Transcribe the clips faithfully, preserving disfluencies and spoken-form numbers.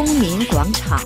公民广场。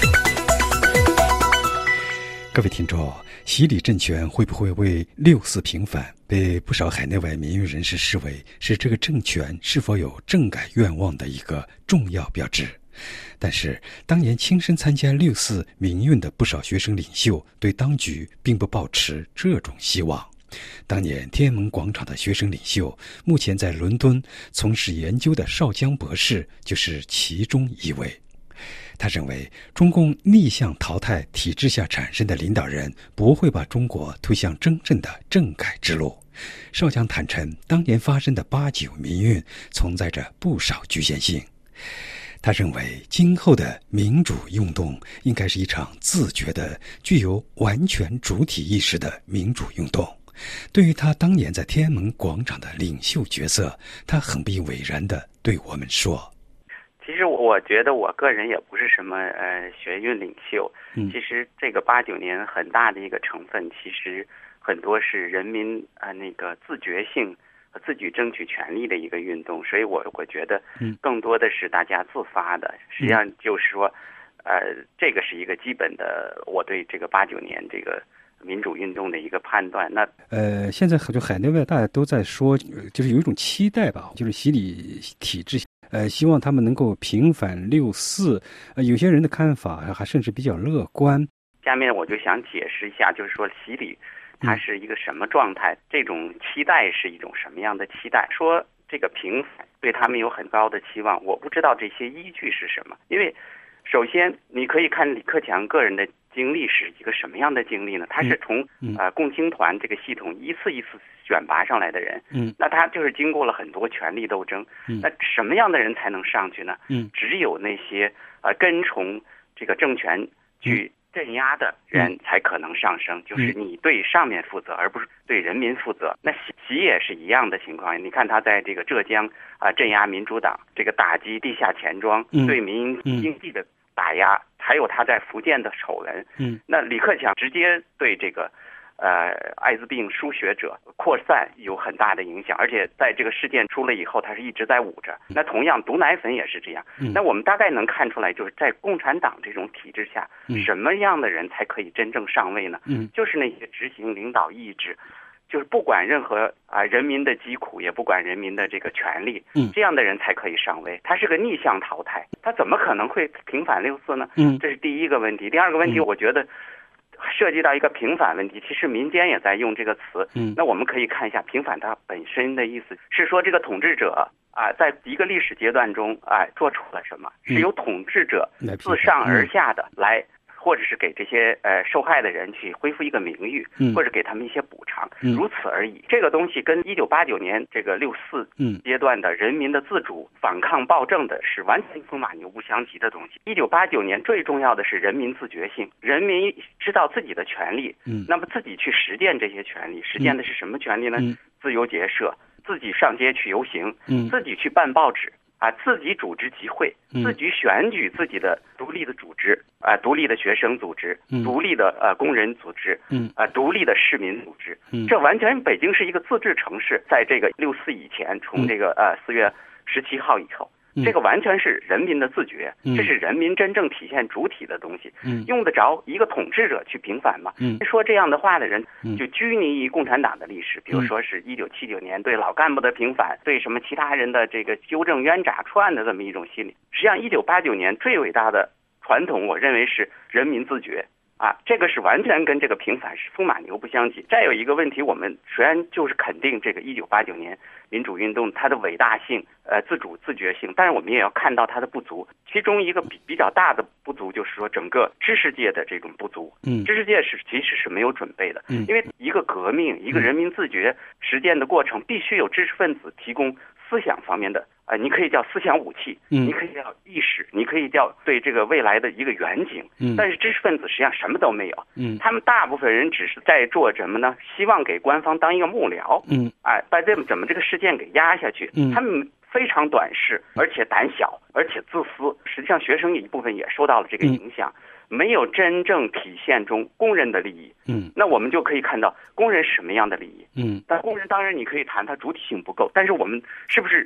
各位听众，习李政权会不会为六四平反，被不少海内外民运人士视为是这个政权是否有政改愿望的一个重要标志。但是当年亲身参加六四民运的不少学生领袖对当局并不抱持这种希望。当年天安门广场的学生领袖，目前在伦敦从事研究的邵江博士就是其中一位。他认为中共逆向淘汰体制下产生的领导人，不会把中国推向真正的政改之路。邵江坦诚，当年发生的八九民运存在着不少局限性。他认为今后的民主运动应该是一场自觉的、具有完全主体意识的民主运动。对于他当年在天安门广场的领袖角色，他很不以为然地对我们说， 其实我觉得我个人也不是什么呃学运领袖， 嗯、 其实这个八九年很大的一个成分，其实很多是人民啊、呃、那个自觉性和自己争取权利的一个运动，所以我我觉得更多的是大家自发的，实际上就是说，呃，这个是一个基本的我对这个八九年这个民主运动的一个判断。那呃，现在就海内外大家都在说，就是有一种期待吧，就是习李体制。呃，希望他们能够平反六四，呃，有些人的看法还甚至比较乐观。 下面我就想解释一下，就是说习李它是一个什么状态，嗯、这种期待是一种什么样的期待？说这个平反对他们有很高的期望，我不知道这些依据是什么。因为首先你可以看李克强个人的经历是一个什么样的经历呢？他是从、嗯、呃共青团这个系统一次一次选拔上来的人，嗯，那他就是经过了很多权力斗争，嗯，那什么样的人才能上去呢？嗯，只有那些呃跟从这个政权去镇压的人才可能上升，嗯、就是你对上面负责，而不是对人民负责。那习习也是一样的情况，你看他在这个浙江啊、呃、镇压民主党，这个打击地下钱庄，嗯、对民营经济的打压，嗯、还有他在福建的丑闻，嗯，那李克强直接对这个。呃，艾滋病输血者扩散有很大的影响，而且在这个事件出了以后，他是一直在捂着。那同样，毒奶粉也是这样。嗯、那我们大概能看出来，就是在共产党这种体制下，嗯、什么样的人才可以真正上位呢？嗯、就是那些执行领导意志，就是不管任何啊、呃、人民的疾苦，也不管人民的这个权利，嗯、这样的人才可以上位。他是个逆向淘汰，他怎么可能会平反六四呢？嗯、这是第一个问题。第二个问题，我觉得。涉及到一个平反问题，其实民间也在用这个词。嗯，那我们可以看一下平反它本身的意思是说，这个统治者啊，在一个历史阶段中啊，做出了什么，是由统治者自上而下的来，或者是给这些呃受害的人去恢复一个名誉，或者给他们一些补偿，如此而已。这个东西跟一九八九年这个六四阶段的人民的自主反抗暴政的是完全风马牛不相及的东西。一九八九年最重要的是人民自觉性，人民知道自己的权利，嗯，那么自己去实践这些权利，实践的是什么权利呢？嗯、自由结社，自己上街去游行，嗯，自己去办报纸。啊，自己组织集会，自己选举自己的独立的组织，啊，独立的学生组织，嗯、独立的呃工人组织，嗯，啊，独立的市民组织，嗯，这完全北京是一个自治城市，在这个六四以前，从这个呃四月十七号以后。这个完全是人民的自觉，嗯、这是人民真正体现主体的东西，嗯、用得着一个统治者去平反吗？嗯、说这样的话的人就拘泥于共产党的历史，比如说是一九七九年对老干部的平反，对什么其他人的这个纠正冤假串的这么一种心理。实际上，一九八九年最伟大的传统，我认为是人民自觉。啊，这个是完全跟这个平反是风马牛不相及。再有一个问题，我们虽然就是肯定这个一九八九年民主运动它的伟大性，呃，自主自觉性，但是我们也要看到它的不足。其中一个比比较大的不足就是说，整个知识界的这种不足。嗯，知识界是其实是没有准备的。嗯，因为一个革命，一个人民自觉实践的过程，必须有知识分子提供思想方面的啊、呃，你可以叫思想武器，嗯，你可以叫意识，你可以叫对这个未来的一个远景。嗯，但是知识分子实际上什么都没有。嗯，他们大部分人只是在做什么呢？希望给官方当一个幕僚。嗯，哎，把这怎么这个事件给压下去。嗯，他们非常短视，而且胆小，而且自私。实际上，学生一部分也受到了这个影响。嗯，没有真正体现中工人的利益。嗯，那我们就可以看到工人是什么样的利益。嗯，但工人当然你可以谈他主体性不够，但是我们是不是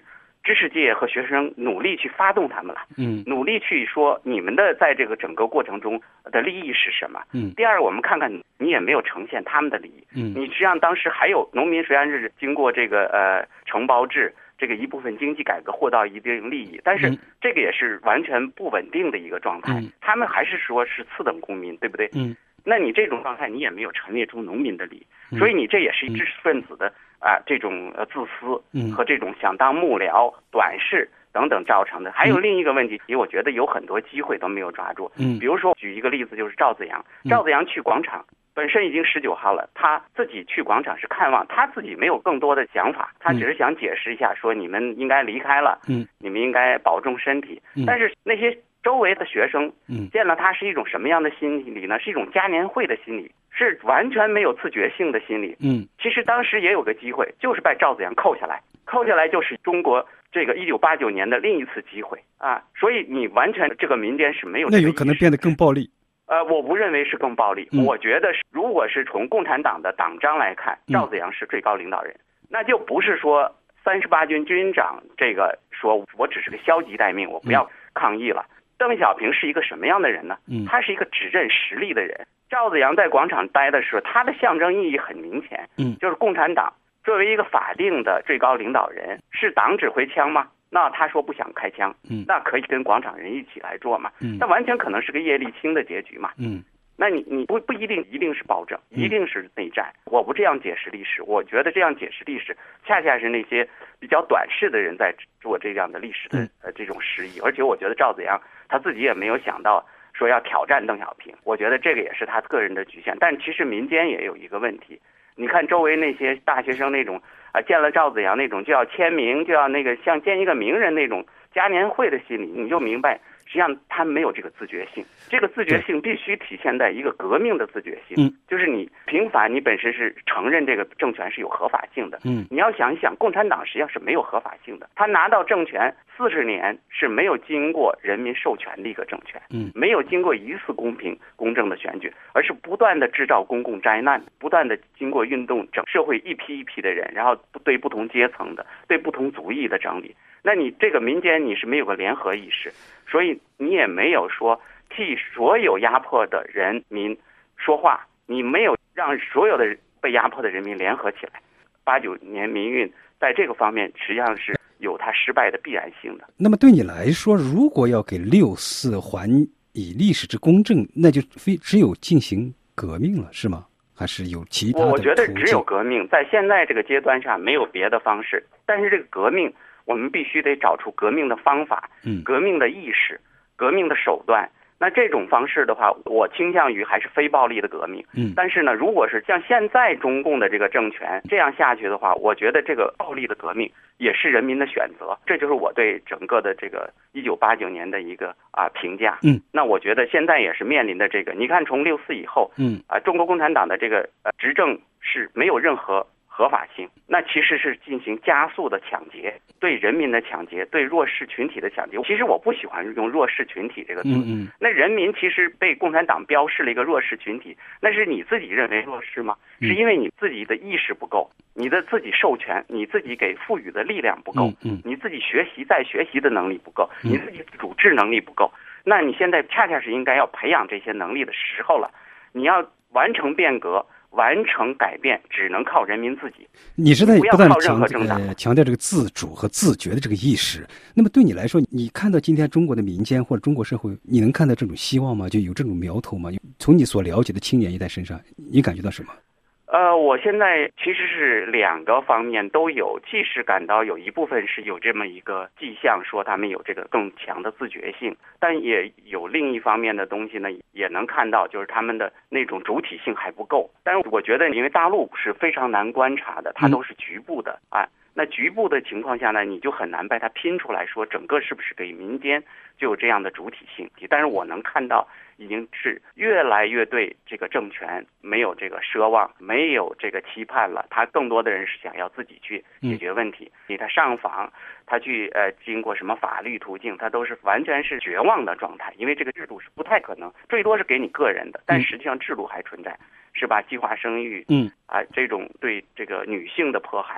知识界和学生努力去发动他们了， 嗯， 努力去说你们的在这个整个过程中的利益是什么， 嗯。 第二，我们看看你也没有呈现他们的利益， 嗯， 你实际上当时还有农民虽然是经过这个呃承包制这个一部分经济改革获到一定利益，但是这个也是完全不稳定的一个状态， 嗯， 他们还是说是次等公民，对不对？ 嗯， 那你这种状态你也没有陈列出农民的利益，所以你这也是知识分子的啊、这种呃自私和这种想当幕僚、短视等等造成的。还有另一个问题，我觉得有很多机会都没有抓住。 嗯， 比如说举一个例子，就是赵子阳，赵子阳去广场。本身已经十九号了，他自己去广场是看望，他自己没有更多的想法，他只是想解释一下，说你们应该离开了， 嗯， 你们应该保重身体。 嗯， 但是那些周围的学生， 嗯， 见了他是一种什么样的心理呢？是一种嘉年会的心理，是完全没有自觉性的心理。 嗯， 其实当时也有个机会，就是把赵子阳扣下来，扣下来就是中国这个一九八九年的另一次机会啊！所以你完全这个民间是没有这个意识， 那有可能变得更暴力。 呃，我不认为是更暴力， 嗯、 我觉得是，如果是从共产党的党章来看，赵子阳是最高领导人，嗯、那就不是说三十八军军长这个说我只是个消极待命，我不要抗议了。嗯、邓小平是一个什么样的人呢？ 嗯、 他是一个只认实力的人。赵子阳在广场待的时候，他的象征意义很明显， 嗯， 就是共产党作为一个法定的最高领导人，是党指挥枪吗？那他说不想开枪， 嗯， 那可以跟广场人一起来做嘛， 嗯， 那完全可能是个叶利钦的结局嘛， 嗯， 那你你不不一定一定是暴政，一定是内战，嗯、我不这样解释历史，我觉得这样解释历史，恰恰是那些比较短视的人在做这样的历史的、嗯、呃这种失忆，而且我觉得赵子阳他自己也没有想到说要挑战邓小平，我觉得这个也是他个人的局限，但其实民间也有一个问题。你看周围那些大学生那种啊，见了赵子阳那种就要签名，就要那个像见一个名人那种嘉年会的心理，你就明白，实际上他没有这个自觉性。这个自觉性必须体现在一个革命的自觉性， 嗯， 就是你平反，你本身是承认这个政权是有合法性的， 嗯， 你要想一想，共产党实际上是没有合法性的，他拿到政权四十年是没有经过人民授权的一个政权， 嗯， 没有经过一次公平公正的选举，而是不断的制造公共灾难，不断的经过运动整社会一批一批的人，然后对不同阶层的、对不同族裔的整理。那你这个民间你是没有个联合意识，所以你也没有说替所有压迫的人民说话，你没有让所有的被压迫的人民联合起来。八九年民运在这个方面实际上是有它失败的必然性的。 那么对你来说，如果要给六四还以历史之公正，那就非只有进行革命了，是吗？还是有其他的途径？ 我觉得只有革命，在现在这个阶段上没有别的方式。但是这个革命，我们必须得找出革命的方法， 嗯， 革命的意识，革命的手段。那这种方式的话，我倾向于还是非暴力的革命。 嗯， 但是呢，如果是像现在中共的这个政权这样下去的话，我觉得这个暴力的革命也是人民的选择。这就是我对整个的这个一九八九年的一个啊评价。 嗯， 那我觉得现在也是面临的这个，你看从六四以后， 嗯啊，中国共产党的这个呃执政是没有任何合法性，那其实是进行加速的抢劫，对人民的抢劫，对弱势群体的抢劫。其实我不喜欢用弱势群体这个词， 嗯嗯， 那人民其实被共产党标示了一个弱势群体，那是你自己认为弱势吗？是因为你自己的意识不够，你的自己授权，你自己给赋予的力量不够， 嗯嗯， 你自己学习再学习的能力不够，你自己主治能力不够，那你现在恰恰是应该要培养这些能力的时候了，你要完成变革。完成改变只能靠人民自己。 你是在不断强呃强调这个自主和自觉的这个意识。那么对你来说，你看到今天中国的民间或者中国社会，你能看到这种希望吗？就有这种苗头吗？从你所了解的青年一代身上，你感觉到什么？ 呃，我现在其实是两个方面都有，既是感到有一部分是有这么一个迹象，说他们有这个更强的自觉性，但也有另一方面的东西呢，也能看到就是他们的那种主体性还不够。但是我觉得，因为大陆是非常难观察的，它都是局部的啊。那局部的情况下呢，你就很难把它拼出来说整个是不是给民间就有这样的主体性。但是我能看到已经是越来越对这个政权没有这个奢望，没有这个期盼了。他更多的人是想要自己去解决问题。你、嗯、他上访，他去呃经过什么法律途径，他都是完全是绝望的状态，因为这个制度是不太可能，最多是给你个人的，但实际上制度还存在，是吧？计划生育， 嗯啊、呃，这种对这个女性的迫害。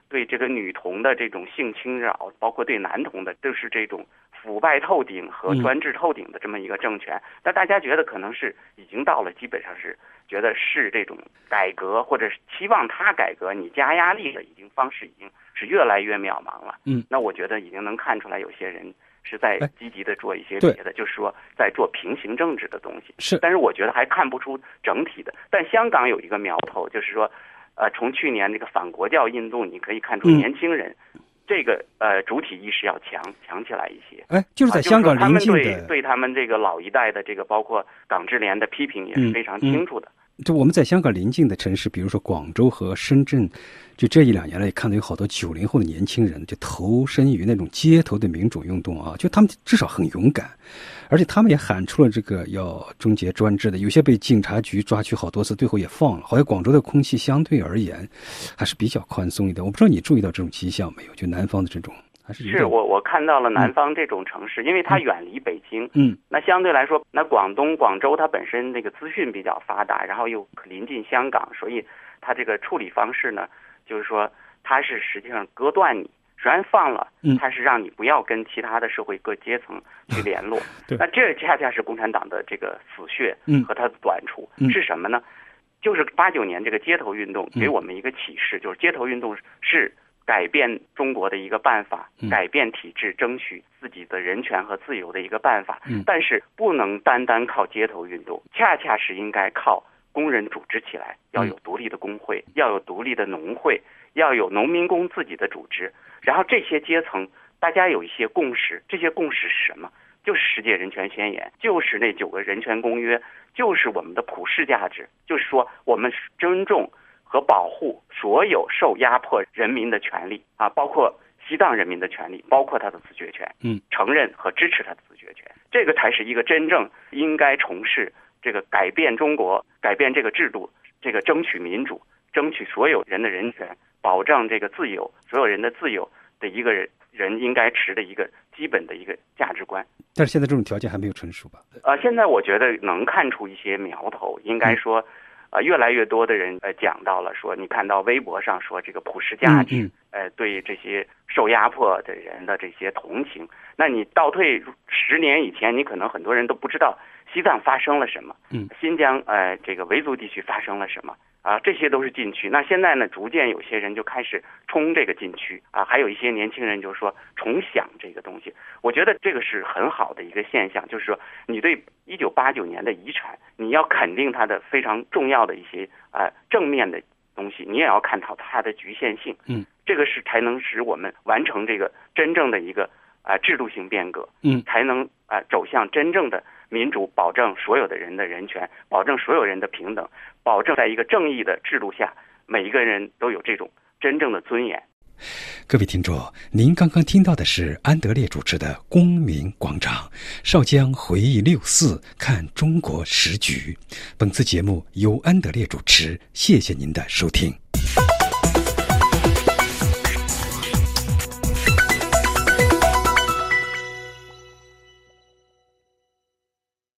对这个女童的这种性侵扰，包括对男童的，都是这种腐败透顶和专制透顶的这么一个政权。但大家觉得可能是已经到了，基本上是觉得是这种改革，或者是期望他改革，你加压力的已经方式已经是越来越渺茫了。 嗯， 那我觉得已经能看出来，有些人是在积极的做一些别的，就是说在做平行政治的东西。 是， 但是我觉得还看不出整体的。但香港有一个苗头，就是说，呃，从去年这个反国教运动，你可以看出年轻人。嗯这个呃主体意识要强强起来一些， 哎，就是在香港临近的， 啊就是、他们对对他们这个老一代的这个包括港支联的批评也是非常清楚的。 嗯嗯、就我们在香港临近的城市，比如说广州和深圳，就这一两年来看到有好多九零后的年轻人就投身于那种街头的民主运动啊，就他们至少很勇敢，而且他们也喊出了这个要终结专制的，有些被警察局抓去好多次，最后也放了。好像广州的空气相对而言还是比较宽松一点。我不知道你注意到这种迹象没有？就南方的这种，还是是我我看到了南方这种城市，嗯、因为它远离北京， 嗯， 那相对来说，那广东广州它本身这个资讯比较发达，然后又临近香港，所以它这个处理方式呢，就是说它是实际上割断你。虽然放了，它是让你不要跟其他的社会各阶层去联络。 嗯、 那这恰恰是共产党的这个死穴和它的短处、 嗯、 是什么呢？就是八九年这个街头运动给我们一个启示，嗯、就是街头运动是改变中国的一个办法， 嗯、 改变体制、争取自己的人权和自由的一个办法。 嗯、 但是不能单单靠街头运动，恰恰是应该靠工人组织起来，要有独立的工会， 嗯、 要有独立的农会，要有农民工自己的组织。然后这些阶层大家有一些共识，这些共识是什么？就是世界人权宣言，就是那九个人权公约，就是我们的普世价值，就是说我们尊重和保护所有受压迫人民的权利啊，包括西藏人民的权利，包括他的自决权， 嗯， 承认和支持他的自决权，这个才是一个真正应该从事这个改变中国、改变这个制度、这个争取民主、争取所有人的人权、保障这个自由、所有人的自由的一个人人应该持的一个基本的一个价值观。 但是现在这种条件还没有成熟吧？ 呃，现在我觉得能看出一些苗头，应该说。嗯呃，越来越多的人呃讲到了说，你看到微博上说这个普世价值， 嗯嗯、呃，对这些受压迫的人的这些同情。那你倒退十年以前，你可能很多人都不知道西藏发生了什么， 嗯， 新疆呃这个维族地区发生了什么啊，这些都是禁区。那现在呢，逐渐有些人就开始冲这个禁区啊，还有一些年轻人就说重想这个东西。我觉得这个是很好的一个现象，就是说你对一九八九年的遗产，你要肯定它的非常重要的一些啊、呃、正面的东西，你也要看到它的局限性。 嗯， 这个是才能使我们完成这个真正的一个啊、呃、制度性变革。 嗯， 才能啊、呃、走向真正的民主，保证所有的人的人权，保证所有人的平等，保证在一个正义的制度下，每一个人都有这种真正的尊严。 各位听众，您刚刚听到的是安德烈主持的《公民广场》，少江回忆六四，看中国时局。本次节目由安德烈主持，谢谢您的收听。